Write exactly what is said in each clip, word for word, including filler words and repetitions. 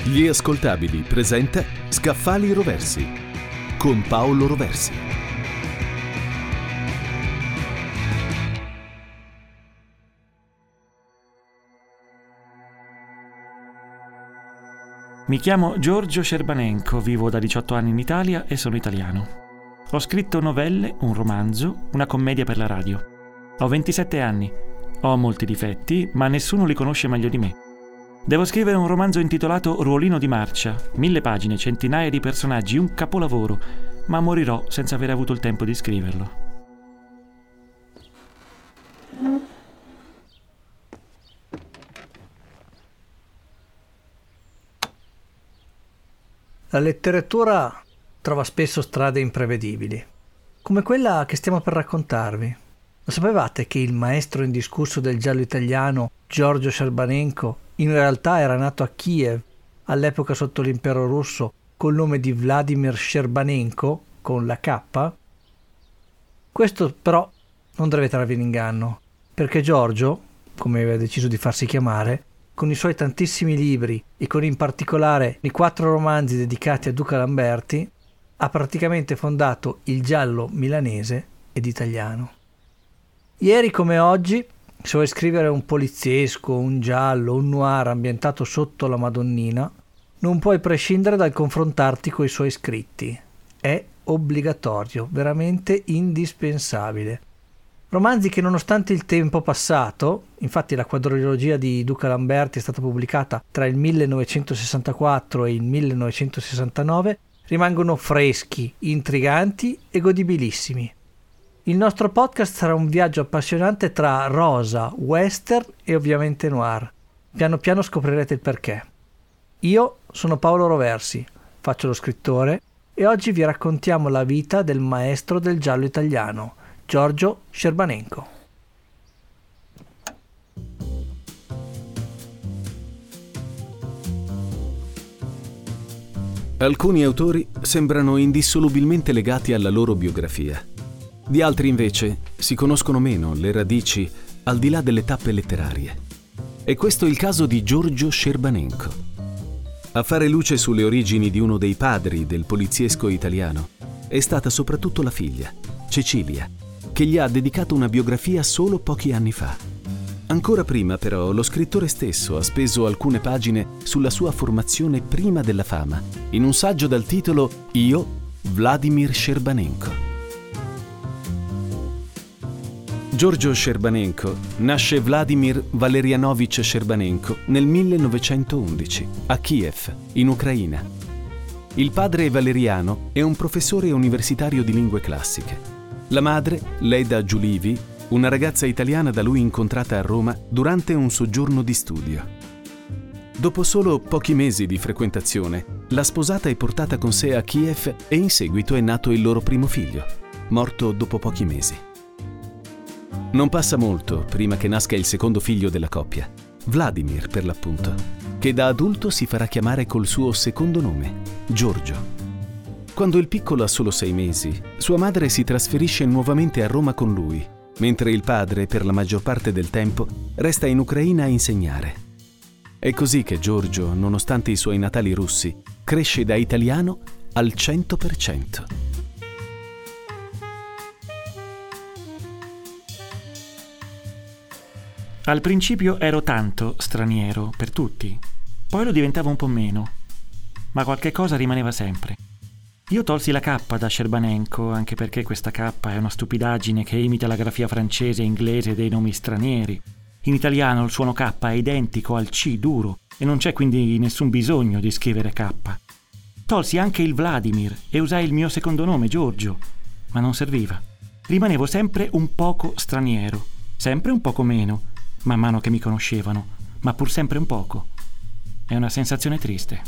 Gli Ascoltabili presenta Scaffali Roversi con Paolo Roversi. Mi chiamo Giorgio Scerbanenko, vivo da diciotto anni in Italia e sono italiano. Ho scritto novelle, un romanzo, una commedia per la radio. Ho ventisette anni, ho molti difetti, ma nessuno li conosce meglio di me. Devo scrivere un romanzo intitolato Ruolino di marcia, mille pagine, centinaia di personaggi, un capolavoro, ma morirò senza aver avuto il tempo di scriverlo. La letteratura trova spesso strade imprevedibili, come quella che stiamo per raccontarvi. Lo sapevate che il maestro indiscusso del giallo italiano, Giorgio Scerbanenko, in realtà era nato a Kiev, all'epoca sotto l'impero russo, col nome di Vladimir Scerbanenko, con la K? Questo però non deve trarvi in inganno, perché Giorgio, come aveva deciso di farsi chiamare, con i suoi tantissimi libri e con in particolare i quattro romanzi dedicati a Duca Lamberti, ha praticamente fondato il giallo milanese ed italiano. Ieri come oggi, se vuoi scrivere un poliziesco, un giallo, un noir ambientato sotto la Madonnina, non puoi prescindere dal confrontarti coi suoi scritti. È obbligatorio, veramente indispensabile. Romanzi che nonostante il tempo passato, infatti la quadrilogia di Duca Lamberti è stata pubblicata tra il millenovecentosessantaquattro e il millenovecentosessantanove, rimangono freschi, intriganti e godibilissimi. Il nostro podcast sarà un viaggio appassionante tra rosa, western e ovviamente noir. Piano piano scoprirete il perché. Io sono Paolo Roversi, faccio lo scrittore e oggi vi raccontiamo la vita del maestro del giallo italiano, Giorgio Scerbanenko. Alcuni autori sembrano indissolubilmente legati alla loro biografia. Di altri invece si conoscono meno le radici al di là delle tappe letterarie. E questo è il caso di Giorgio Scerbanenko. A fare luce sulle origini di uno dei padri del poliziesco italiano è stata soprattutto la figlia, Cecilia, che gli ha dedicato una biografia solo pochi anni fa. Ancora prima, però, lo scrittore stesso ha speso alcune pagine sulla sua formazione prima della fama, in un saggio dal titolo Io, Vladimir Scerbanenko. Giorgio Scerbanenko nasce Vladimir Valerianovich Scerbanenko nel millenovecentoundici a Kiev, in Ucraina. Il padre Valeriano è un professore universitario di lingue classiche. La madre, Leda Giulivi, una ragazza italiana da lui incontrata a Roma durante un soggiorno di studio. Dopo solo pochi mesi di frequentazione, la sposata è portata con sé a Kiev e in seguito è nato il loro primo figlio, morto dopo pochi mesi. Non passa molto prima che nasca il secondo figlio della coppia, Vladimir per l'appunto, che da adulto si farà chiamare col suo secondo nome, Giorgio. Quando il piccolo ha solo sei mesi, sua madre si trasferisce nuovamente a Roma con lui, mentre il padre, per la maggior parte del tempo, resta in Ucraina a insegnare. È così che Giorgio, nonostante i suoi natali russi, cresce da italiano al cento per cento. Al principio ero tanto straniero per tutti, poi lo diventavo un po' meno, ma qualche cosa rimaneva sempre. Io tolsi la K da Scerbanenko, anche perché questa K è una stupidaggine che imita la grafia francese e inglese dei nomi stranieri. In italiano il suono K è identico al C duro e non c'è quindi nessun bisogno di scrivere K. Tolsi anche il Vladimir e usai il mio secondo nome, Giorgio, ma non serviva. Rimanevo sempre un poco straniero, sempre un poco meno, man mano che mi conoscevano, ma pur sempre un poco. È una sensazione triste.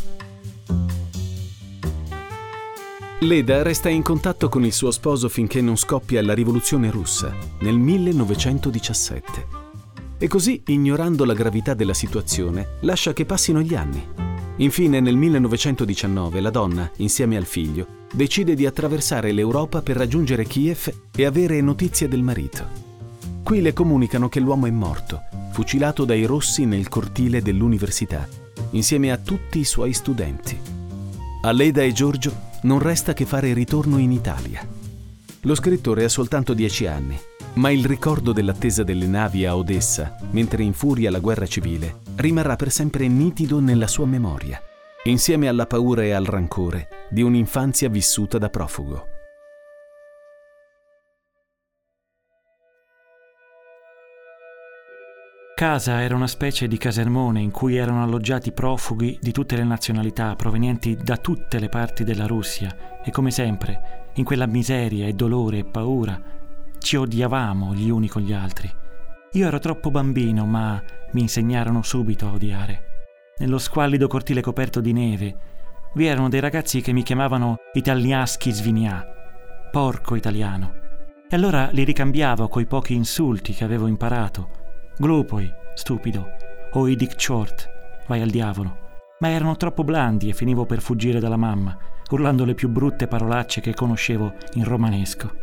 Leda resta in contatto con il suo sposo finché non scoppia la rivoluzione russa, nel millenovecentodiciassette. E così, ignorando la gravità della situazione, lascia che passino gli anni. Infine, nel millenovecentodiciannove, la donna, insieme al figlio, decide di attraversare l'Europa per raggiungere Kiev e avere notizie del marito. Qui le comunicano che l'uomo è morto, fucilato dai rossi nel cortile dell'università, insieme a tutti i suoi studenti. A Leda e Giorgio non resta che fare ritorno in Italia. Lo scrittore ha soltanto dieci anni, ma il ricordo dell'attesa delle navi a Odessa, mentre infuria la guerra civile, rimarrà per sempre nitido nella sua memoria, insieme alla paura e al rancore di un'infanzia vissuta da profugo. Casa era una specie di casermone in cui erano alloggiati profughi di tutte le nazionalità provenienti da tutte le parti della Russia e come sempre, in quella miseria e dolore e paura, ci odiavamo gli uni con gli altri. Io ero troppo bambino, ma mi insegnarono subito a odiare. Nello squallido cortile coperto di neve vi erano dei ragazzi che mi chiamavano Italiaschi Svinia, porco italiano, e allora li ricambiavo coi pochi insulti che avevo imparato. Glupoi, stupido, o i dick short, vai al diavolo. Ma erano troppo blandi e finivo per fuggire dalla mamma, urlando le più brutte parolacce che conoscevo in romanesco.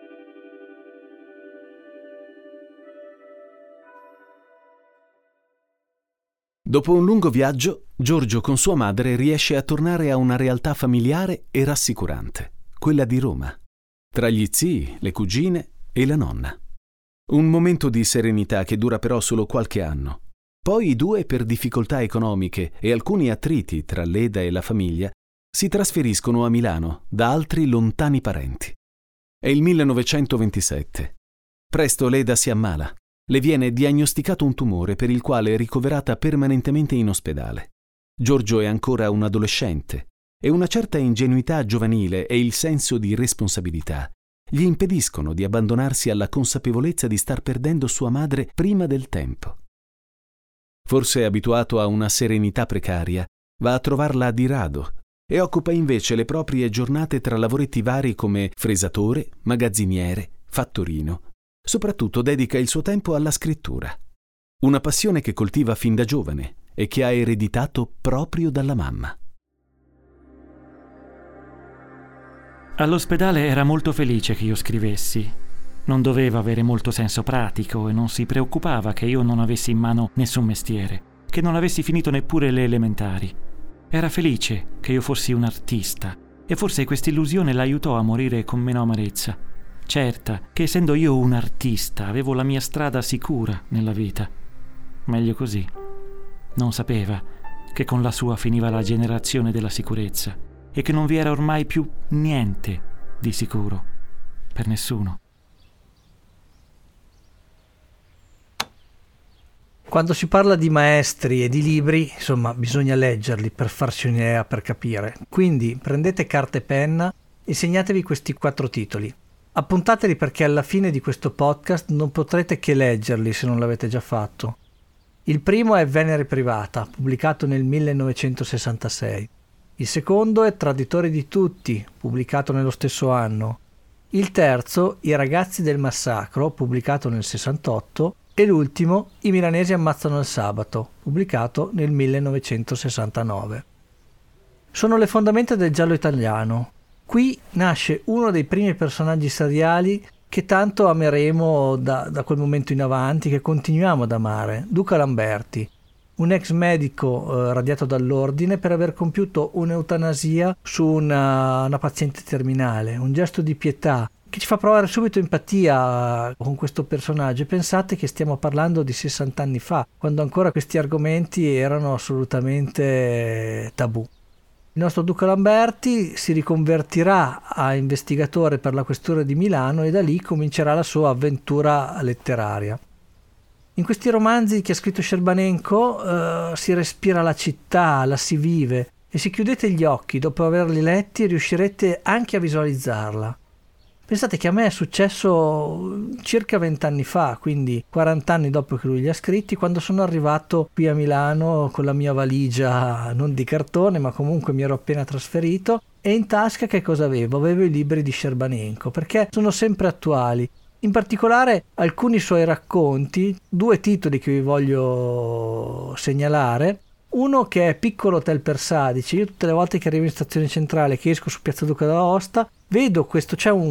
Dopo un lungo viaggio, Giorgio con sua madre riesce a tornare a una realtà familiare e rassicurante, quella di Roma, tra gli zii, le cugine e la nonna. Un momento di serenità che dura però solo qualche anno. Poi i due, per difficoltà economiche e alcuni attriti tra Leda e la famiglia, si trasferiscono a Milano da altri lontani parenti. È il millenovecentoventisette. Presto Leda si ammala. Le viene diagnosticato un tumore per il quale è ricoverata permanentemente in ospedale. Giorgio è ancora un adolescente e una certa ingenuità giovanile e il senso di responsabilità gli impediscono di abbandonarsi alla consapevolezza di star perdendo sua madre prima del tempo. Forse abituato a una serenità precaria, va a trovarla di rado e occupa invece le proprie giornate tra lavoretti vari come fresatore, magazziniere, fattorino. Soprattutto dedica il suo tempo alla scrittura, una passione che coltiva fin da giovane e che ha ereditato proprio dalla mamma. All'ospedale era molto felice che io scrivessi. Non doveva avere molto senso pratico e non si preoccupava che io non avessi in mano nessun mestiere, che non avessi finito neppure le elementari. Era felice che io fossi un artista e forse questa illusione l'aiutò a morire con meno amarezza, certa che essendo io un artista avevo la mia strada sicura nella vita. Meglio così. Non sapeva che con la sua finiva la generazione della sicurezza e che non vi era ormai più niente di sicuro per nessuno. Quando si parla di maestri e di libri, insomma, bisogna leggerli per farsi un'idea, per capire. Quindi prendete carta e penna e segnatevi questi quattro titoli. Appuntateli perché alla fine di questo podcast non potrete che leggerli se non l'avete già fatto. Il primo è Venere privata, pubblicato nel millenovecentosessantasei. Il secondo è Traditori di tutti, pubblicato nello stesso anno. Il terzo, I ragazzi del massacro, pubblicato nel sessantotto. E l'ultimo, I milanesi ammazzano il sabato, pubblicato nel millenovecentosessantanove. Sono le fondamenta del giallo italiano. Qui nasce uno dei primi personaggi seriali che tanto ameremo da, da quel momento in avanti, che continuiamo ad amare, Duca Lamberti, un ex medico eh, radiato dall'ordine per aver compiuto un'eutanasia su una, una paziente terminale, un gesto di pietà che ci fa provare subito empatia con questo personaggio. E pensate che stiamo parlando di sessanta anni fa, quando ancora questi argomenti erano assolutamente tabù. Il nostro Duca Lamberti si riconvertirà a investigatore per la questura di Milano e da lì comincerà la sua avventura letteraria. In questi romanzi che ha scritto Scerbanenko eh, si respira la città, la si vive, e se chiudete gli occhi dopo averli letti riuscirete anche a visualizzarla. Pensate che a me è successo circa vent'anni fa, quindi quaranta anni dopo che lui li ha scritti, quando sono arrivato qui a Milano con la mia valigia non di cartone, ma comunque mi ero appena trasferito, e in tasca che cosa avevo? Avevo i libri di Scerbanenko, perché sono sempre attuali. In particolare alcuni suoi racconti, due titoli che vi voglio segnalare. Uno che è Piccolo Hotel Persadici. Io tutte le volte che arrivo in stazione centrale, che esco su Piazza Duca d'Aosta, vedo questo, c'è un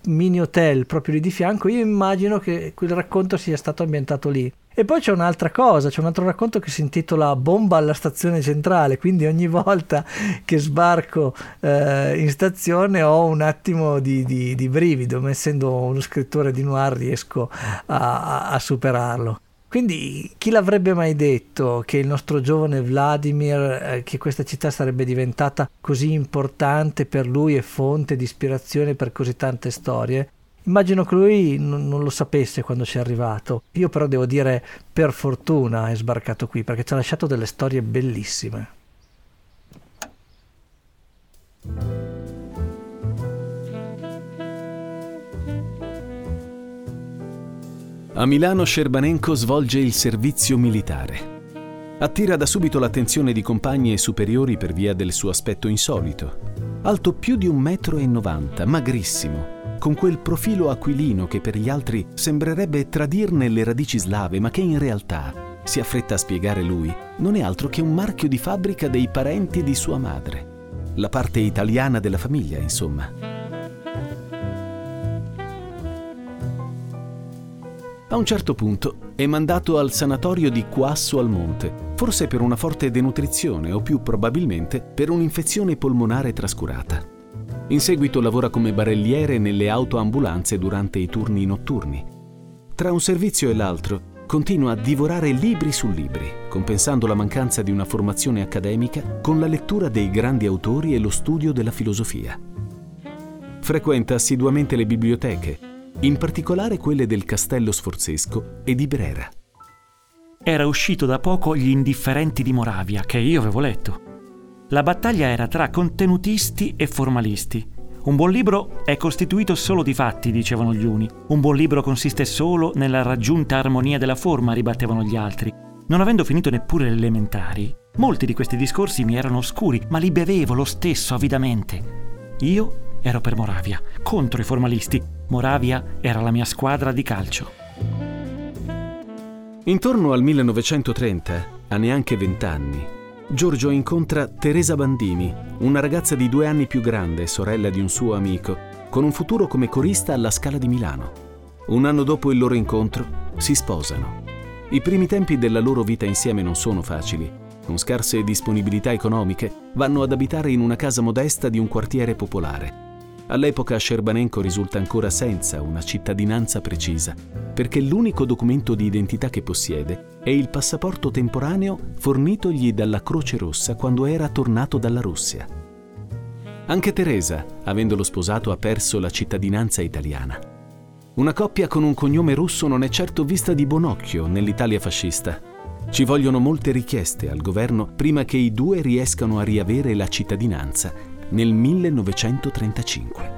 mini hotel proprio lì di fianco, io immagino che quel racconto sia stato ambientato lì. E poi c'è un'altra cosa, c'è un altro racconto che si intitola Bomba alla stazione centrale, quindi ogni volta che sbarco eh, in stazione ho un attimo di, di, di brivido, ma essendo uno scrittore di noir riesco a, a, a superarlo. Quindi chi l'avrebbe mai detto che il nostro giovane Vladimir, eh, che questa città sarebbe diventata così importante per lui e fonte di ispirazione per così tante storie? Immagino che lui non, non lo sapesse quando ci è arrivato. Io però devo dire, per fortuna è sbarcato qui, perché ci ha lasciato delle storie bellissime. A Milano Scerbanenko svolge il servizio militare. Attira da subito l'attenzione di compagni e superiori per via del suo aspetto insolito. Alto più di un metro e novanta, magrissimo, con quel profilo aquilino che per gli altri sembrerebbe tradirne le radici slave, ma che in realtà, si affretta a spiegare lui, non è altro che un marchio di fabbrica dei parenti di sua madre. La parte italiana della famiglia, insomma. A un certo punto è mandato al sanatorio di Quasso al Monte, forse per una forte denutrizione o più probabilmente per un'infezione polmonare trascurata. In seguito lavora come barelliere nelle autoambulanze durante i turni notturni. Tra un servizio e l'altro continua a divorare libri su libri, compensando la mancanza di una formazione accademica con la lettura dei grandi autori e lo studio della filosofia. Frequenta assiduamente le biblioteche, in particolare quelle del Castello Sforzesco e di Brera. Era uscito da poco Gli indifferenti di Moravia, che io avevo letto. La battaglia era tra contenutisti e formalisti. Un buon libro è costituito solo di fatti, dicevano gli uni. Un buon libro consiste solo nella raggiunta armonia della forma, ribattevano gli altri. Non avendo finito neppure le elementari, molti di questi discorsi mi erano oscuri, ma li bevevo lo stesso avidamente. Io ero per Moravia, contro i formalisti. Moravia era la mia squadra di calcio. Intorno al millenovecentotrenta, a neanche vent'anni, Giorgio incontra Teresa Bandini, una ragazza di due anni più grande, sorella di un suo amico, con un futuro come corista alla Scala di Milano. Un anno dopo il loro incontro, si sposano. I primi tempi della loro vita insieme non sono facili. Con scarse disponibilità economiche, vanno ad abitare in una casa modesta di un quartiere popolare. All'epoca Scerbanenko risulta ancora senza una cittadinanza precisa, perché l'unico documento di identità che possiede è il passaporto temporaneo fornitogli dalla Croce Rossa quando era tornato dalla Russia. Anche Teresa, avendolo sposato, ha perso la cittadinanza italiana. Una coppia con un cognome russo non è certo vista di buon occhio nell'Italia fascista. Ci vogliono molte richieste al governo prima che i due riescano a riavere la cittadinanza nel millenovecentotrentacinque.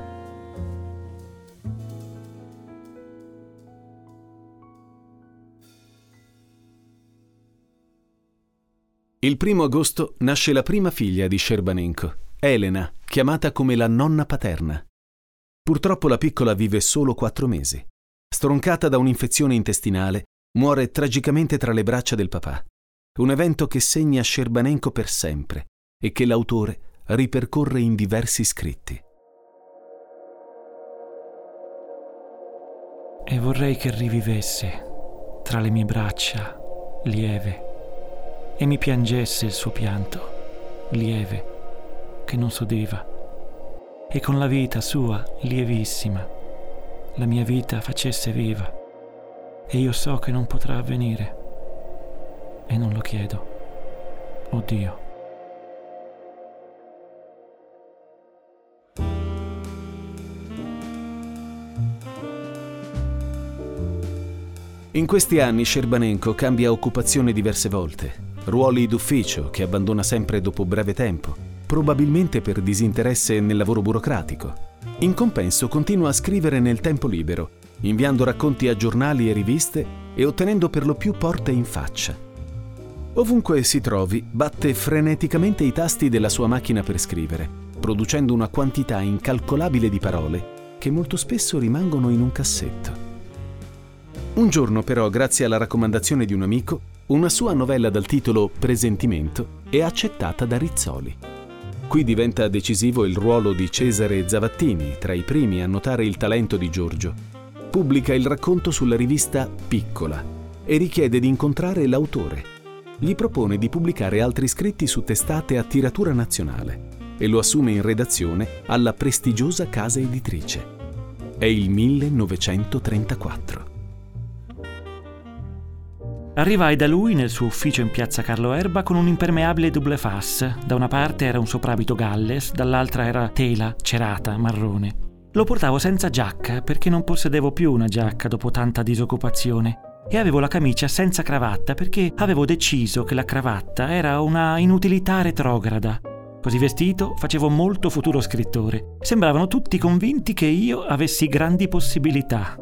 Il primo agosto nasce la prima figlia di Scerbanenko, Elena, chiamata come la nonna paterna. Purtroppo la piccola vive solo quattro mesi. Stroncata da un'infezione intestinale, muore tragicamente tra le braccia del papà. Un evento che segna Scerbanenko per sempre e che l'autore ripercorre in diversi scritti. E vorrei che rivivesse tra le mie braccia lieve e mi piangesse il suo pianto lieve che non s'udiva, e con la vita sua lievissima la mia vita facesse viva. E io so che non potrà avvenire e non lo chiedo. Oh Dio. In questi anni Scerbanenko cambia occupazione diverse volte, ruoli d'ufficio che abbandona sempre dopo breve tempo, probabilmente per disinteresse nel lavoro burocratico. In compenso continua a scrivere nel tempo libero, inviando racconti a giornali e riviste e ottenendo per lo più porte in faccia. Ovunque si trovi, batte freneticamente i tasti della sua macchina per scrivere, producendo una quantità incalcolabile di parole che molto spesso rimangono in un cassetto. Un giorno però, grazie alla raccomandazione di un amico, una sua novella dal titolo Presentimento è accettata da Rizzoli. Qui diventa decisivo il ruolo di Cesare Zavattini, tra i primi a notare il talento di Giorgio. Pubblica il racconto sulla rivista Piccola e richiede di incontrare l'autore. Gli propone di pubblicare altri scritti su testate a tiratura nazionale e lo assume in redazione alla prestigiosa casa editrice. È il millenovecentotrentaquattro. Arrivai da lui nel suo ufficio in piazza Carlo Erba con un impermeabile double face. Da una parte era un soprabito Galles, dall'altra era tela cerata marrone. Lo portavo senza giacca perché non possedevo più una giacca dopo tanta disoccupazione e avevo la camicia senza cravatta perché avevo deciso che la cravatta era una inutilità retrograda. Così vestito facevo molto futuro scrittore. Sembravano tutti convinti che io avessi grandi possibilità.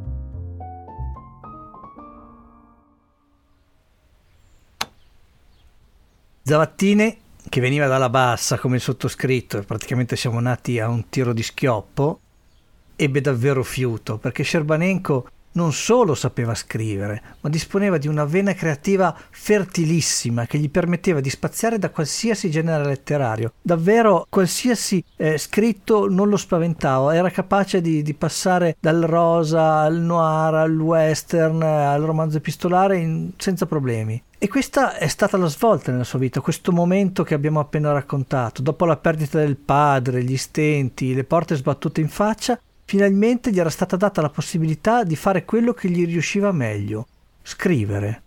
Zavattini, che veniva dalla bassa come il sottoscritto, e praticamente siamo nati a un tiro di schioppo, ebbe davvero fiuto, perché Scerbanenko non solo sapeva scrivere, ma disponeva di una vena creativa fertilissima che gli permetteva di spaziare da qualsiasi genere letterario. Davvero qualsiasi eh, scritto non lo spaventava, era capace di, di passare dal rosa al noir, al western, al romanzo epistolare in, senza problemi. E questa è stata la svolta nella sua vita, questo momento che abbiamo appena raccontato. Dopo la perdita del padre, gli stenti, le porte sbattute in faccia, finalmente gli era stata data la possibilità di fare quello che gli riusciva meglio: scrivere.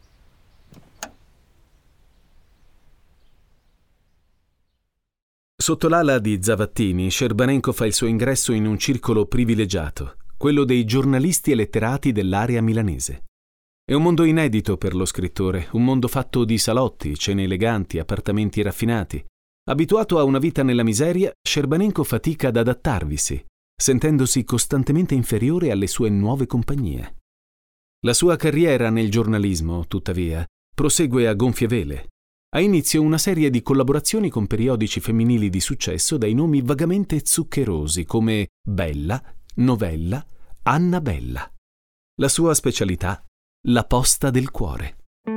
Sotto l'ala di Zavattini, Scerbanenko fa il suo ingresso in un circolo privilegiato, quello dei giornalisti e letterati dell'area milanese. È un mondo inedito per lo scrittore, un mondo fatto di salotti, cene eleganti, appartamenti raffinati. Abituato a una vita nella miseria, Scerbanenko fatica ad adattarvisi, sentendosi costantemente inferiore alle sue nuove compagnie. La sua carriera nel giornalismo, tuttavia, prosegue a gonfie vele. Ha inizio una serie di collaborazioni con periodici femminili di successo dai nomi vagamente zuccherosi come Bella, Novella, Anna Bella. La sua specialità: la posta del cuore.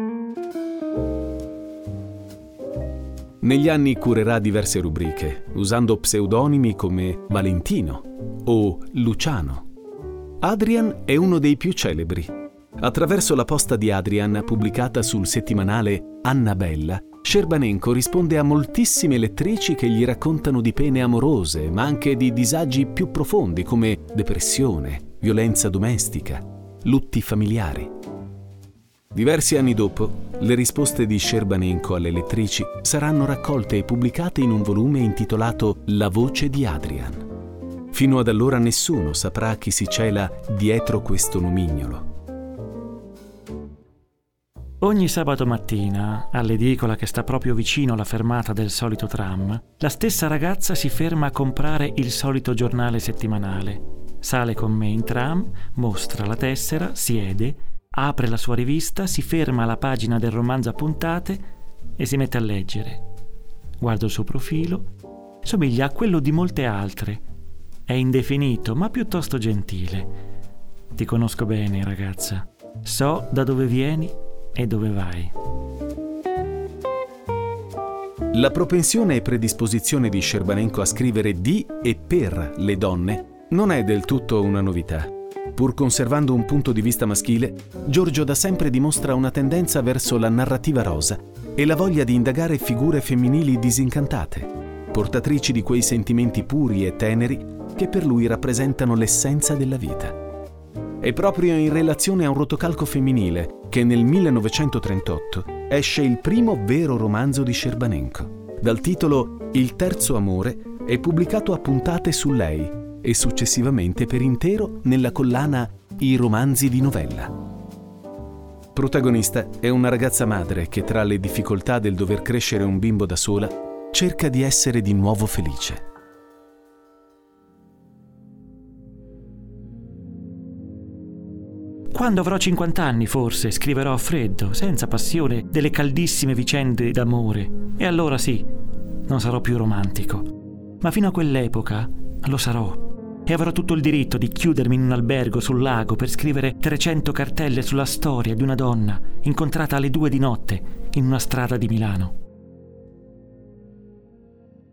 Negli anni curerà diverse rubriche, usando pseudonimi come Valentino o Luciano. Adrian è uno dei più celebri. Attraverso la posta di Adrian, pubblicata sul settimanale Annabella, Scerbanenko risponde a moltissime lettrici che gli raccontano di pene amorose, ma anche di disagi più profondi come depressione, violenza domestica, lutti familiari. Diversi anni dopo, le risposte di Scerbanenko alle lettrici saranno raccolte e pubblicate in un volume intitolato La voce di Adrian. Fino ad allora nessuno saprà chi si cela dietro questo nomignolo. Ogni sabato mattina, all'edicola che sta proprio vicino alla fermata del solito tram, la stessa ragazza si ferma a comprare il solito giornale settimanale. Sale con me in tram, mostra la tessera, siede, apre la sua rivista, si ferma alla pagina del romanzo a puntate e si mette a leggere. Guardo il suo profilo, somiglia a quello di molte altre. È indefinito, ma piuttosto gentile. Ti conosco bene, ragazza. So da dove vieni e dove vai. La propensione e predisposizione di Scerbanenko a scrivere di e per le donne non è del tutto una novità. Pur conservando un punto di vista maschile, Giorgio da sempre dimostra una tendenza verso la narrativa rosa e la voglia di indagare figure femminili disincantate, portatrici di quei sentimenti puri e teneri che per lui rappresentano l'essenza della vita. È proprio in relazione a un rotocalco femminile che nel millenovecentotrentotto esce il primo vero romanzo di Scerbanenko, dal titolo Il terzo amore, e pubblicato a puntate su Lei e successivamente per intero nella collana I romanzi di Novella. Protagonista è una ragazza madre che, tra le difficoltà del dover crescere un bimbo da sola, cerca di essere di nuovo felice. Quando avrò cinquanta anni, forse, scriverò a freddo, senza passione, delle caldissime vicende d'amore. E allora sì, non sarò più romantico. Ma fino a quell'epoca lo sarò. E avrò tutto il diritto di chiudermi in un albergo sul lago per scrivere trecento cartelle sulla storia di una donna incontrata alle due di notte in una strada di Milano.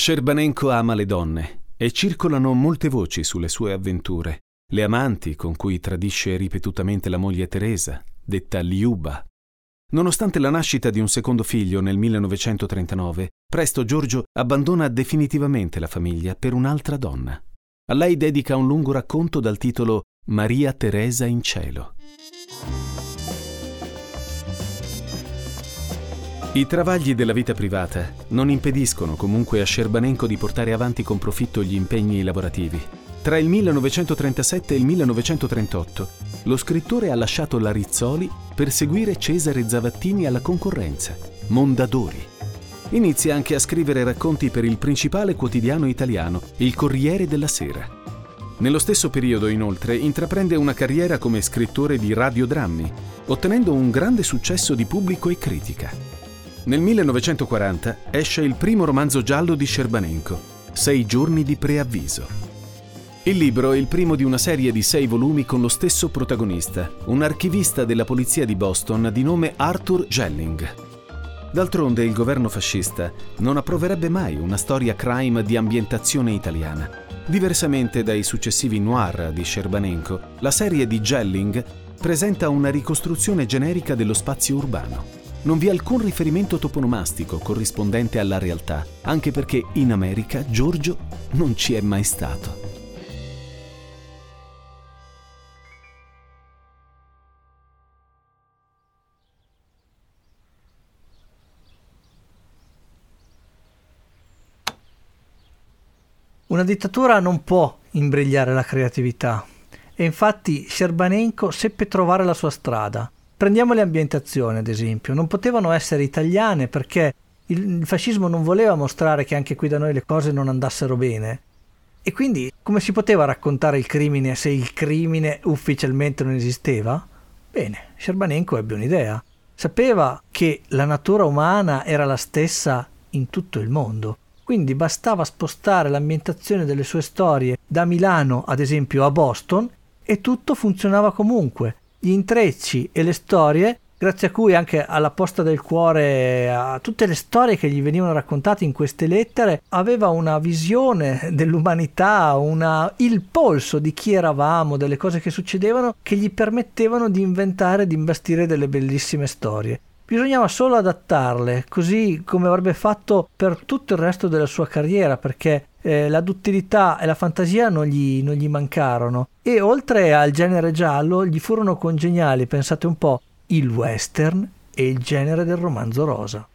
Scerbanenko ama le donne e circolano molte voci sulle sue avventure. Le amanti con cui tradisce ripetutamente la moglie Teresa, detta Liuba. Nonostante la nascita di un secondo figlio nel millenovecentotrentanove, presto Giorgio abbandona definitivamente la famiglia per un'altra donna. A lei dedica un lungo racconto dal titolo Maria Teresa in cielo. I travagli della vita privata non impediscono comunque a Scerbanenko di portare avanti con profitto gli impegni lavorativi. Tra il millenovecentotrentasette e il millenovecentotrentotto, lo scrittore ha lasciato la Rizzoli per seguire Cesare Zavattini alla concorrenza, Mondadori. Inizia anche a scrivere racconti per il principale quotidiano italiano, il Corriere della Sera. Nello stesso periodo, inoltre, intraprende una carriera come scrittore di radiodrammi, ottenendo un grande successo di pubblico e critica. Nel millenovecentoquaranta esce il primo romanzo giallo di Scerbanenko, Sei giorni di preavviso. Il libro è il primo di una serie di sei volumi con lo stesso protagonista, un archivista della polizia di Boston di nome Arthur Gelling. D'altronde il governo fascista non approverebbe mai una storia crime di ambientazione italiana. Diversamente dai successivi noir di Scerbanenko, la serie di Gelling presenta una ricostruzione generica dello spazio urbano. Non vi è alcun riferimento toponomastico corrispondente alla realtà, anche perché in America Giorgio non ci è mai stato. Una dittatura non può imbrigliare la creatività e infatti Scerbanenko seppe trovare la sua strada. Prendiamo le ambientazioni, ad esempio. Non potevano essere italiane perché il, il fascismo non voleva mostrare che anche qui da noi le cose non andassero bene. E quindi come si poteva raccontare il crimine se il crimine ufficialmente non esisteva? Bene, Scerbanenko ebbe un'idea. Sapeva che la natura umana era la stessa in tutto il mondo. Quindi bastava spostare l'ambientazione delle sue storie da Milano, ad esempio, a Boston e tutto funzionava comunque. Gli intrecci e le storie, grazie a cui anche alla posta del cuore, a tutte le storie che gli venivano raccontate in queste lettere, aveva una visione dell'umanità, una, il polso di chi eravamo, delle cose che succedevano, che gli permettevano di inventare, di imbastire delle bellissime storie. Bisognava solo adattarle, così come avrebbe fatto per tutto il resto della sua carriera, perché eh, la duttilità e la fantasia non gli, non gli mancarono. E oltre al genere giallo, gli furono congeniali, pensate un po', il western e il genere del romanzo rosa.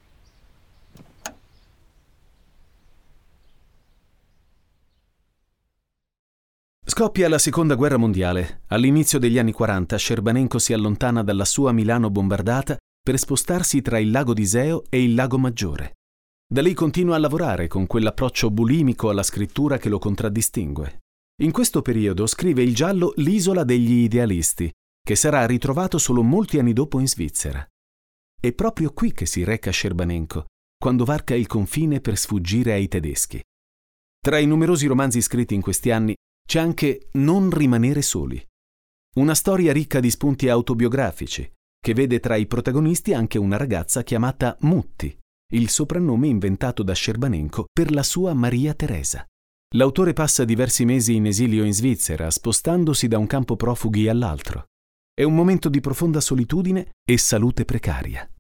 Scoppia la seconda guerra mondiale. All'inizio degli anni quaranta Scerbanenko si allontana dalla sua Milano bombardata per spostarsi tra il lago d'Iseo e il lago Maggiore. Da lì continua a lavorare con quell'approccio bulimico alla scrittura che lo contraddistingue. In questo periodo scrive il giallo L'isola degli idealisti, che sarà ritrovato solo molti anni dopo in Svizzera. È proprio qui che si reca Scerbanenko, quando varca il confine per sfuggire ai tedeschi. Tra i numerosi romanzi scritti in questi anni c'è anche Non rimanere soli, una storia ricca di spunti autobiografici, che vede tra i protagonisti anche una ragazza chiamata Mutti, il soprannome inventato da Scerbanenko per la sua Maria Teresa. L'autore passa diversi mesi in esilio in Svizzera, spostandosi da un campo profughi all'altro. È un momento di profonda solitudine e salute precaria.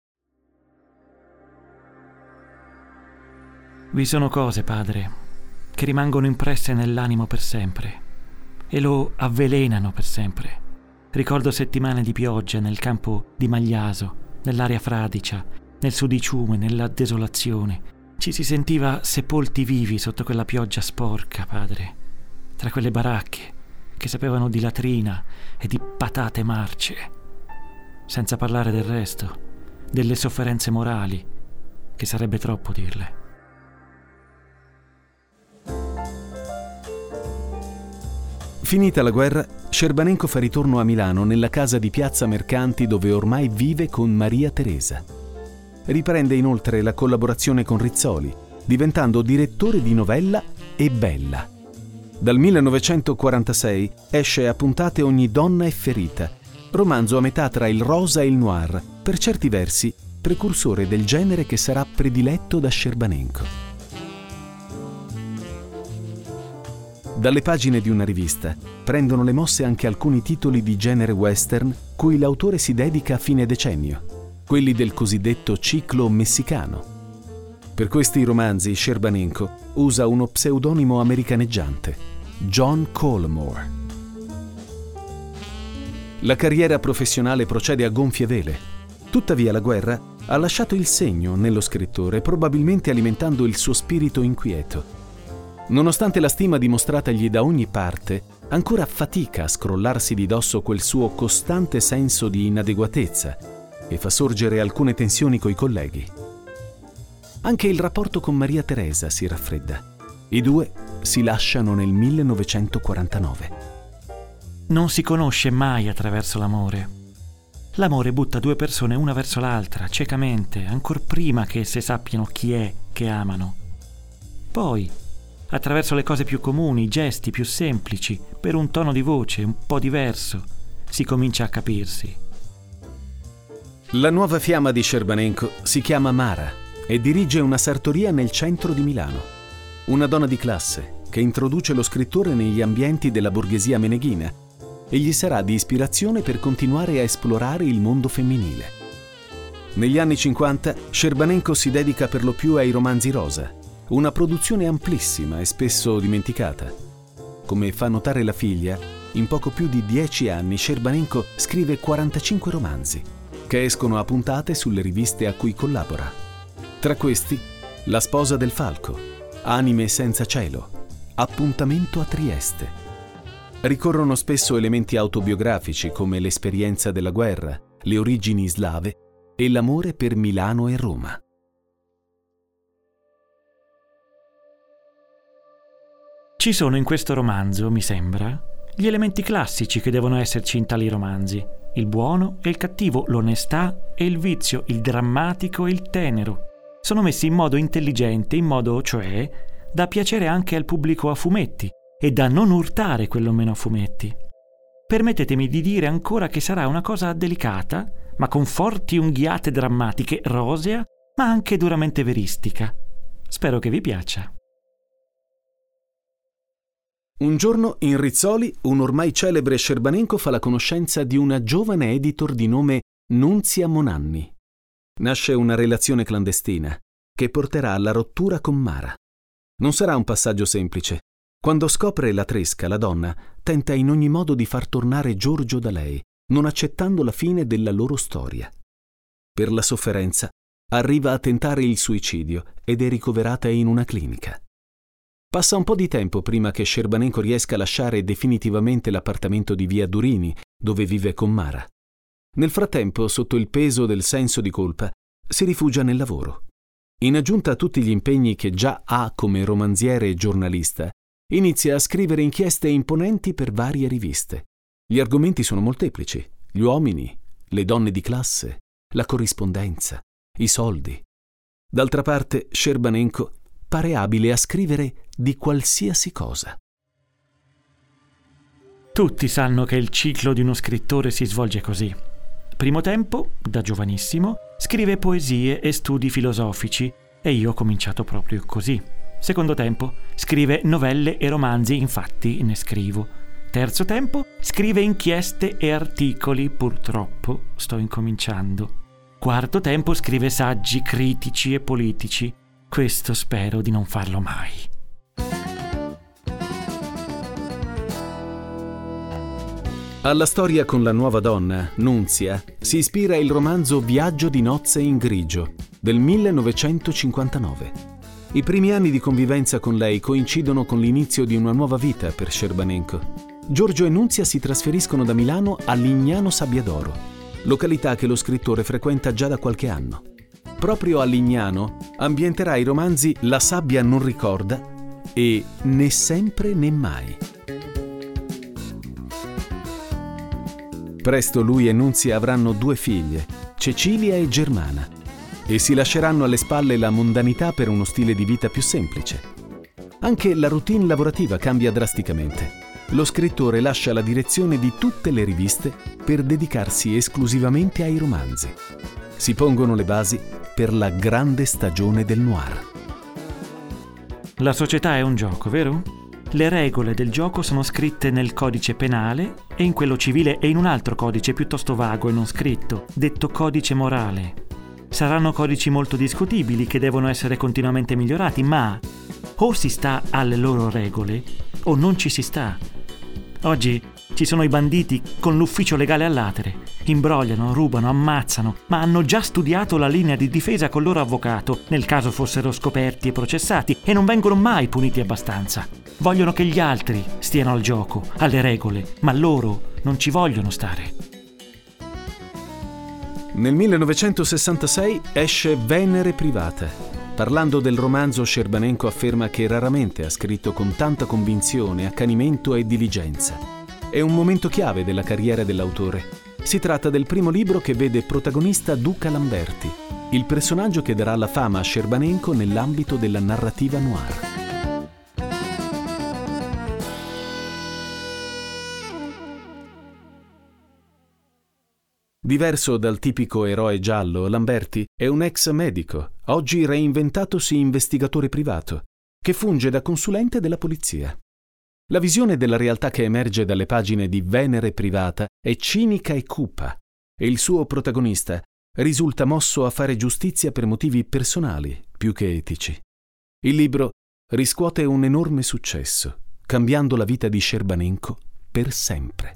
Vi sono cose, padre, che rimangono impresse nell'animo per sempre e lo avvelenano per sempre. Ricordo settimane di pioggia nel campo di Magliaso, nell'aria fradicia, nel sudiciume, nella desolazione. Ci si sentiva sepolti vivi sotto quella pioggia sporca, padre, tra quelle baracche che sapevano di latrina e di patate marce, senza parlare del resto, delle sofferenze morali, che sarebbe troppo dirle. Finita la guerra, Scerbanenko fa ritorno a Milano nella casa di Piazza Mercanti dove ormai vive con Maria Teresa. Riprende inoltre la collaborazione con Rizzoli, diventando direttore di Novella e Bella. Dal millenovecentoquarantasei esce a puntate Ogni donna è ferita, romanzo a metà tra il rosa e il noir, per certi versi precursore del genere che sarà prediletto da Scerbanenko. Dalle pagine di una rivista prendono le mosse anche alcuni titoli di genere western cui l'autore si dedica a fine decennio, quelli del cosiddetto ciclo messicano. Per questi romanzi Scerbanenko usa uno pseudonimo americaneggiante, John Colmore. La carriera professionale procede a gonfie vele. Tuttavia la guerra ha lasciato il segno nello scrittore, probabilmente alimentando il suo spirito inquieto. Nonostante la stima dimostratagli da ogni parte, ancora fatica a scrollarsi di dosso quel suo costante senso di inadeguatezza e fa sorgere alcune tensioni coi colleghi. Anche il rapporto con Maria Teresa si raffredda. I due si lasciano nel millenovecentoquarantanove. Non si conosce mai attraverso l'amore. L'amore butta due persone una verso l'altra, ciecamente, ancor prima che esse sappiano chi è che amano. Poi, attraverso le cose più comuni, i gesti più semplici, per un tono di voce un po' diverso, si comincia a capirsi. La nuova fiamma di Scerbanenko si chiama Mara e dirige una sartoria nel centro di Milano. Una donna di classe che introduce lo scrittore negli ambienti della borghesia meneghina e gli sarà di ispirazione per continuare a esplorare il mondo femminile. Negli anni cinquanta Scerbanenko si dedica per lo più ai romanzi rosa, una produzione amplissima e spesso dimenticata. Come fa notare la figlia, in poco più di dieci anni Scerbanenko scrive quarantacinque romanzi, che escono a puntate sulle riviste a cui collabora. Tra questi, La sposa del falco, Anime senza cielo, Appuntamento a Trieste. Ricorrono spesso elementi autobiografici come l'esperienza della guerra, le origini slave e l'amore per Milano e Roma. Ci sono in questo romanzo, mi sembra, gli elementi classici che devono esserci in tali romanzi: il buono e il cattivo, l'onestà e il vizio, il drammatico e il tenero. Sono messi in modo intelligente, in modo, cioè, da piacere anche al pubblico a fumetti e da non urtare quello meno a fumetti. Permettetemi di dire ancora che sarà una cosa delicata, ma con forti unghiate drammatiche, rosea, ma anche duramente veristica. Spero che vi piaccia. Un giorno in Rizzoli un ormai celebre Scerbanenko fa la conoscenza di una giovane editor di nome Nunzia Monanni. Nasce una relazione clandestina che porterà alla rottura con Mara. Non sarà un passaggio semplice. Quando scopre la tresca, la donna tenta in ogni modo di far tornare Giorgio da lei, non accettando la fine della loro storia. Per la sofferenza, arriva a tentare il suicidio ed è ricoverata in una clinica. Passa un po' di tempo prima che Scerbanenko riesca a lasciare definitivamente l'appartamento di via Durini, dove vive con Mara. Nel frattempo, sotto il peso del senso di colpa, si rifugia nel lavoro. In aggiunta a tutti gli impegni che già ha come romanziere e giornalista, inizia a scrivere inchieste imponenti per varie riviste. Gli argomenti sono molteplici: gli uomini, le donne di classe, la corrispondenza, i soldi. D'altra parte, Scerbanenko pare abile a scrivere di qualsiasi cosa. Tutti sanno che il ciclo di uno scrittore si svolge così. Primo tempo, da giovanissimo, scrive poesie e studi filosofici, e io ho cominciato proprio così. Secondo tempo, scrive novelle e romanzi, infatti ne scrivo. Terzo tempo, scrive inchieste e articoli, purtroppo sto incominciando. Quarto tempo, scrive saggi critici e politici. Questo spero di non farlo mai. Alla storia con la nuova donna, Nunzia, si ispira il romanzo Viaggio di nozze in grigio del millenovecentocinquantanove. I primi anni di convivenza con lei coincidono con l'inizio di una nuova vita per Scerbanenko. Giorgio e Nunzia si trasferiscono da Milano a Lignano Sabbiadoro, località che lo scrittore frequenta già da qualche anno. Proprio a Lignano ambienterà i romanzi La sabbia non ricorda e Né sempre né mai. Presto lui e Nunzia avranno due figlie, Cecilia e Germana, e si lasceranno alle spalle la mondanità per uno stile di vita più semplice. Anche la routine lavorativa cambia drasticamente. Lo scrittore lascia la direzione di tutte le riviste per dedicarsi esclusivamente ai romanzi. Si pongono le basi per la grande stagione del noir. La società è un gioco, vero? Le regole del gioco sono scritte nel codice penale e in quello civile e in un altro codice piuttosto vago e non scritto, detto codice morale. Saranno codici molto discutibili che devono essere continuamente migliorati, ma o si sta alle loro regole o non ci si sta. Oggi ci sono i banditi con l'ufficio legale all'atere. Imbrogliano, rubano, ammazzano, ma hanno già studiato la linea di difesa col loro avvocato nel caso fossero scoperti e processati e non vengono mai puniti abbastanza. Vogliono che gli altri stiano al gioco, alle regole, ma loro non ci vogliono stare. Nel millenovecentosessantasei esce Venere privata. Parlando del romanzo, Scerbanenko afferma che raramente ha scritto con tanta convinzione, accanimento e diligenza. È un momento chiave della carriera dell'autore. Si tratta del primo libro che vede protagonista Duca Lamberti, il personaggio che darà la fama a Scerbanenko nell'ambito della narrativa noir. Diverso dal tipico eroe giallo, Lamberti è un ex medico, oggi reinventatosi investigatore privato, che funge da consulente della polizia. La visione della realtà che emerge dalle pagine di Venere privata è cinica e cupa, e il suo protagonista risulta mosso a fare giustizia per motivi personali più che etici. Il libro riscuote un enorme successo, cambiando la vita di Scerbanenko per sempre.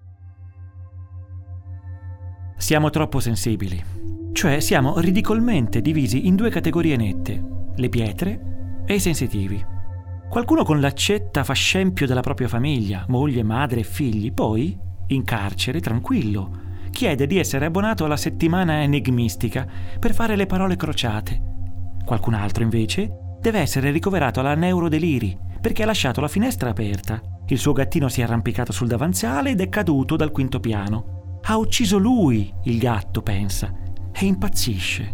Siamo troppo sensibili, cioè siamo ridicolmente divisi in due categorie nette, le pietre e i sensitivi. Qualcuno con l'accetta fa scempio della propria famiglia, moglie, madre e figli, poi, in carcere, tranquillo, chiede di essere abbonato alla settimana enigmistica per fare le parole crociate. Qualcun altro, invece, deve essere ricoverato alla neurodeliri perché ha lasciato la finestra aperta. Il suo gattino si è arrampicato sul davanzale ed è caduto dal quinto piano. Ha ucciso lui, il gatto, pensa, e impazzisce.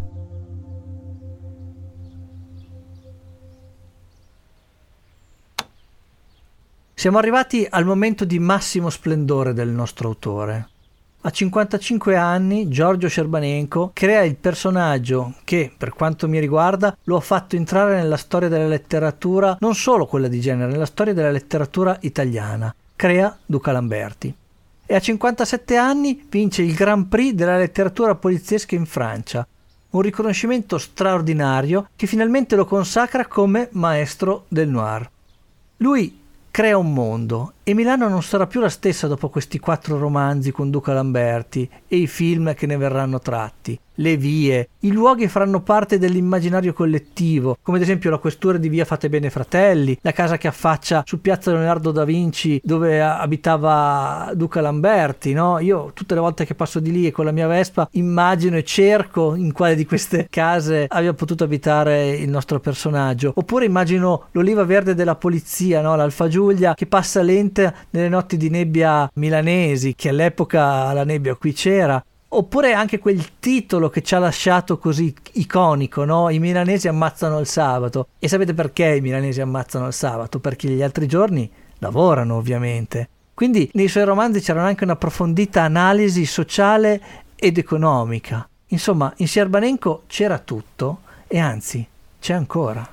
Siamo arrivati al momento di massimo splendore del nostro autore. A cinquantacinque anni Giorgio Scerbanenko crea il personaggio che, per quanto mi riguarda, lo ha fatto entrare nella storia della letteratura, non solo quella di genere, nella storia della letteratura italiana. Crea Duca Lamberti. E a cinquantasette anni vince il Grand Prix della letteratura poliziesca in Francia, un riconoscimento straordinario che finalmente lo consacra come maestro del noir. Lui crea un mondo e Milano non sarà più la stessa dopo questi quattro romanzi con Duca Lamberti e i film che ne verranno tratti. Le vie, i luoghi faranno parte dell'immaginario collettivo, come ad esempio la questura di via Fate Bene Fratelli, la casa che affaccia su piazza Leonardo da Vinci dove abitava Duca Lamberti, no? Io tutte le volte che passo di lì e con la mia Vespa immagino e cerco in quale di queste case abbia potuto abitare il nostro personaggio. Oppure immagino l'Oliva Verde della polizia, no? L'Alfa Giulia che passa lenta nelle notti di nebbia milanesi, che all'epoca la nebbia qui c'era. Oppure anche quel titolo che ci ha lasciato così iconico, no? I milanesi ammazzano il sabato. E sapete perché i milanesi ammazzano il sabato? Perché gli altri giorni lavorano, ovviamente. Quindi nei suoi romanzi c'era anche un'approfondita analisi sociale ed economica. Insomma, in Scerbanenko c'era tutto e anzi c'è ancora.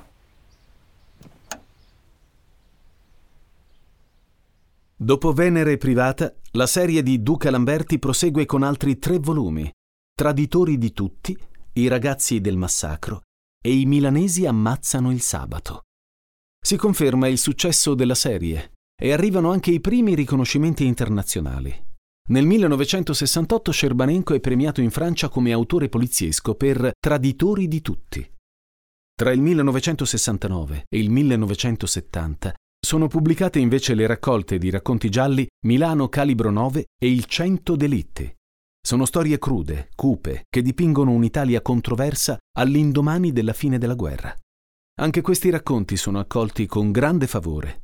Dopo Venere privata, la serie di Duca Lamberti prosegue con altri tre volumi: Traditori di tutti, I ragazzi del massacro e I milanesi ammazzano il sabato. Si conferma il successo della serie e arrivano anche i primi riconoscimenti internazionali. Nel millenovecentosessantotto Scerbanenko è premiato in Francia come autore poliziesco per Traditori di tutti. Tra il millenovecentosessantanove e il millenovecentosettanta sono pubblicate invece le raccolte di racconti gialli Milano Calibro nove e Il Cento delitti. Sono storie crude, cupe, che dipingono un'Italia controversa all'indomani della fine della guerra. Anche questi racconti sono accolti con grande favore.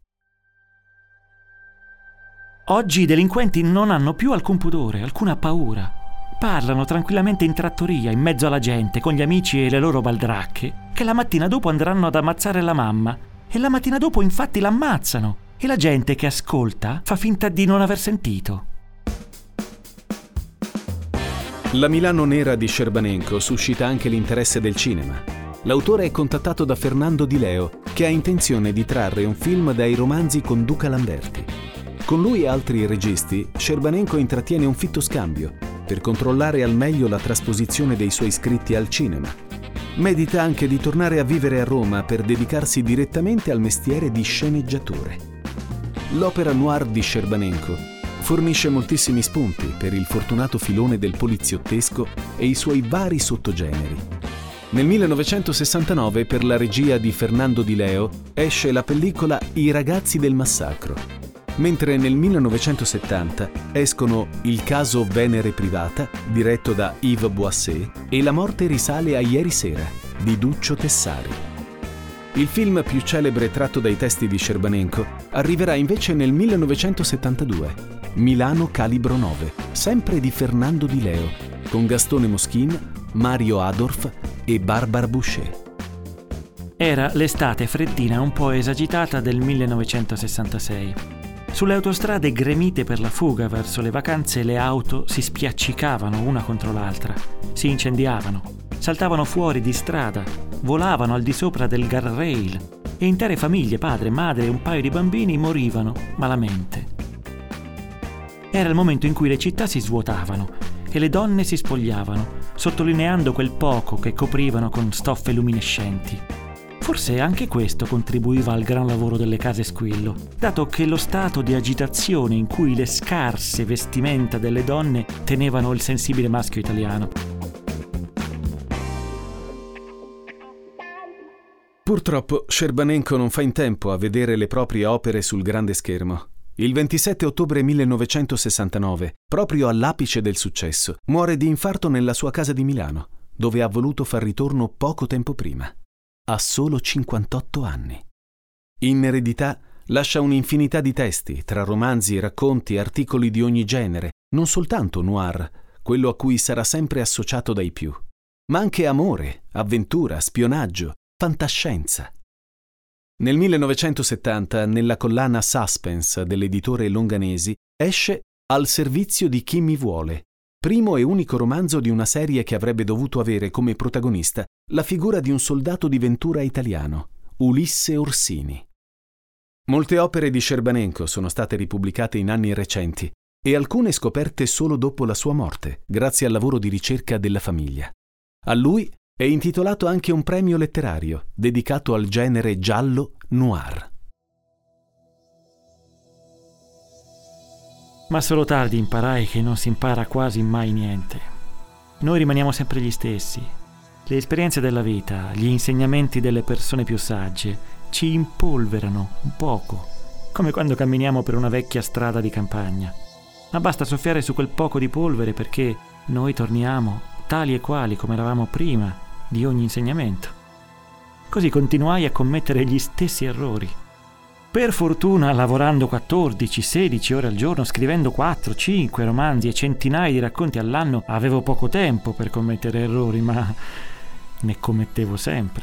Oggi i delinquenti non hanno più alcun pudore, alcuna paura. Parlano tranquillamente in trattoria, in mezzo alla gente, con gli amici e le loro baldracche, che la mattina dopo andranno ad ammazzare la mamma. E la mattina dopo infatti l'ammazzano e la gente che ascolta fa finta di non aver sentito. La Milano nera di Scerbanenko suscita anche l'interesse del cinema. l'autore è contattato da Fernando Di Leo, che ha intenzione di trarre un film dai romanzi con Duca Lamberti. Con lui e altri registi, Scerbanenko intrattiene un fitto scambio per controllare al meglio la trasposizione dei suoi scritti al cinema. Medita anche di tornare a vivere a Roma per dedicarsi direttamente al mestiere di sceneggiatore. L'opera noir di Scerbanenko fornisce moltissimi spunti per il fortunato filone del poliziottesco e i suoi vari sottogeneri. Nel millenovecentosessantanove, per la regia di Fernando Di Leo, esce la pellicola I ragazzi del massacro, mentre nel millenovecentosettanta escono Il caso Venere privata, diretto da Yves Boisset, e La morte risale a ieri sera, di Duccio Tessari. Il film più celebre tratto dai testi di Scerbanenko arriverà invece nel millenovecentosettantadue, Milano calibro nove, sempre di Fernando Di Leo, con Gastone Moschin, Mario Adorf e Barbara Boucher. Era l'estate freddina un po' esagitata del millenovecentosessantasei. Sulle autostrade gremite per la fuga verso le vacanze le auto si spiaccicavano una contro l'altra, si incendiavano, saltavano fuori di strada, volavano al di sopra del guardrail e intere famiglie, padre, madre e un paio di bambini morivano malamente. Era il momento in cui le città si svuotavano e le donne si spogliavano, sottolineando quel poco che coprivano con stoffe luminescenti. Forse anche questo contribuiva al gran lavoro delle case Squillo, dato che lo stato di agitazione in cui le scarse vestimenta delle donne tenevano il sensibile maschio italiano. Purtroppo Scerbanenko non fa in tempo a vedere le proprie opere sul grande schermo. Il ventisette ottobre millenovecentosessantanove, proprio all'apice del successo, muore di infarto nella sua casa di Milano, dove ha voluto far ritorno poco tempo prima. Ha solo cinquantotto anni. In eredità lascia un'infinità di testi, tra romanzi, racconti, articoli di ogni genere, non soltanto noir, quello a cui sarà sempre associato dai più, ma anche amore, avventura, spionaggio, fantascienza. Nel millenovecentosettanta, nella collana Suspense dell'editore Longanesi, esce Al servizio di chi mi vuole, primo e unico romanzo di una serie che avrebbe dovuto avere come protagonista la figura di un soldato di Ventura italiano, Ulisse Orsini. Molte opere di Scerbanenko sono state ripubblicate in anni recenti e alcune scoperte solo dopo la sua morte, grazie al lavoro di ricerca della famiglia. A lui è intitolato anche un premio letterario dedicato al genere giallo noir. Ma solo tardi imparai che non si impara quasi mai niente. Noi rimaniamo sempre gli stessi. Le esperienze della vita, gli insegnamenti delle persone più sagge ci impolverano un poco, come quando camminiamo per una vecchia strada di campagna. Ma basta soffiare su quel poco di polvere perché noi torniamo tali e quali come eravamo prima di ogni insegnamento. Così continuai a commettere gli stessi errori. Per fortuna, lavorando quattordici sedici ore al giorno, scrivendo quattro cinque romanzi e centinaia di racconti all'anno, avevo poco tempo per commettere errori, ma ne commettevo sempre.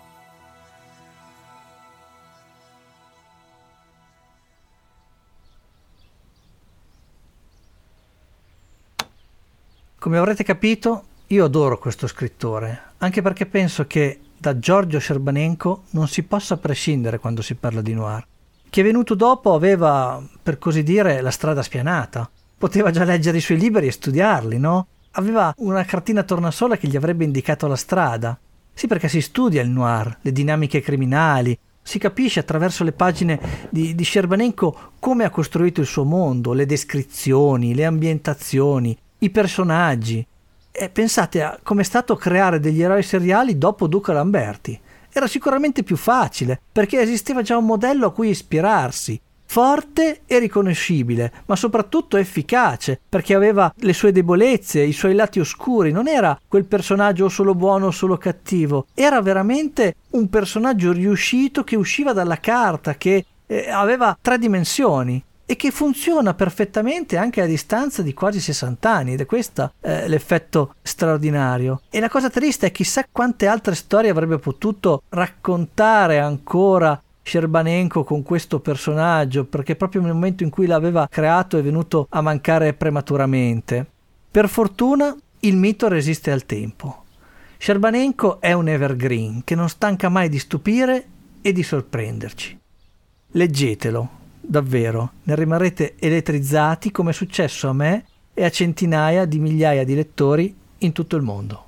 Come avrete capito, io adoro questo scrittore, anche perché penso che da Giorgio Scerbanenko non si possa prescindere quando si parla di noir. Chi è venuto dopo aveva, per così dire, la strada spianata. Poteva già leggere i suoi libri e studiarli, no? Aveva una cartina tornasola che gli avrebbe indicato la strada. Sì, perché si studia il noir, le dinamiche criminali, si capisce attraverso le pagine di, di Scerbanenko come ha costruito il suo mondo, le descrizioni, le ambientazioni, i personaggi. E pensate a come è stato creare degli eroi seriali dopo Duca Lamberti. Era sicuramente più facile, perché esisteva già un modello a cui ispirarsi, forte e riconoscibile, ma soprattutto efficace, perché aveva le sue debolezze, i suoi lati oscuri. Non era quel personaggio solo buono o solo cattivo, era veramente un personaggio riuscito che usciva dalla carta, che eh, aveva tre dimensioni e che funziona perfettamente anche a distanza di quasi sessanta anni, ed è questo eh, l'effetto straordinario. E la cosa triste è chissà quante altre storie avrebbe potuto raccontare ancora Scerbanenko con questo personaggio, perché proprio nel momento in cui l'aveva creato è venuto a mancare prematuramente. Per fortuna il mito resiste al tempo. Scerbanenko è un evergreen che non stanca mai di stupire e di sorprenderci. Leggetelo, davvero, ne rimarrete elettrizzati come è successo a me e a centinaia di migliaia di lettori in tutto il mondo.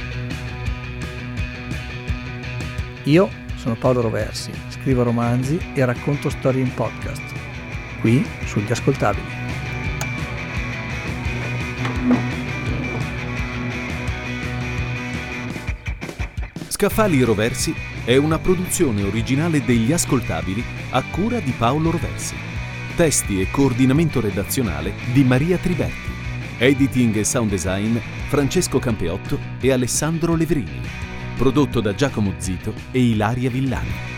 Io sono Paolo Roversi, scrivo romanzi e racconto storie in podcast, qui sugli Ascoltabili. Scaffali Roversi è una produzione originale degli Ascoltabili a cura di Paolo Roversi. Testi e coordinamento redazionale di Maria Triberti. Editing e sound design Francesco Campeotto e Alessandro Levrini. Prodotto da Giacomo Zito e Ilaria Villani.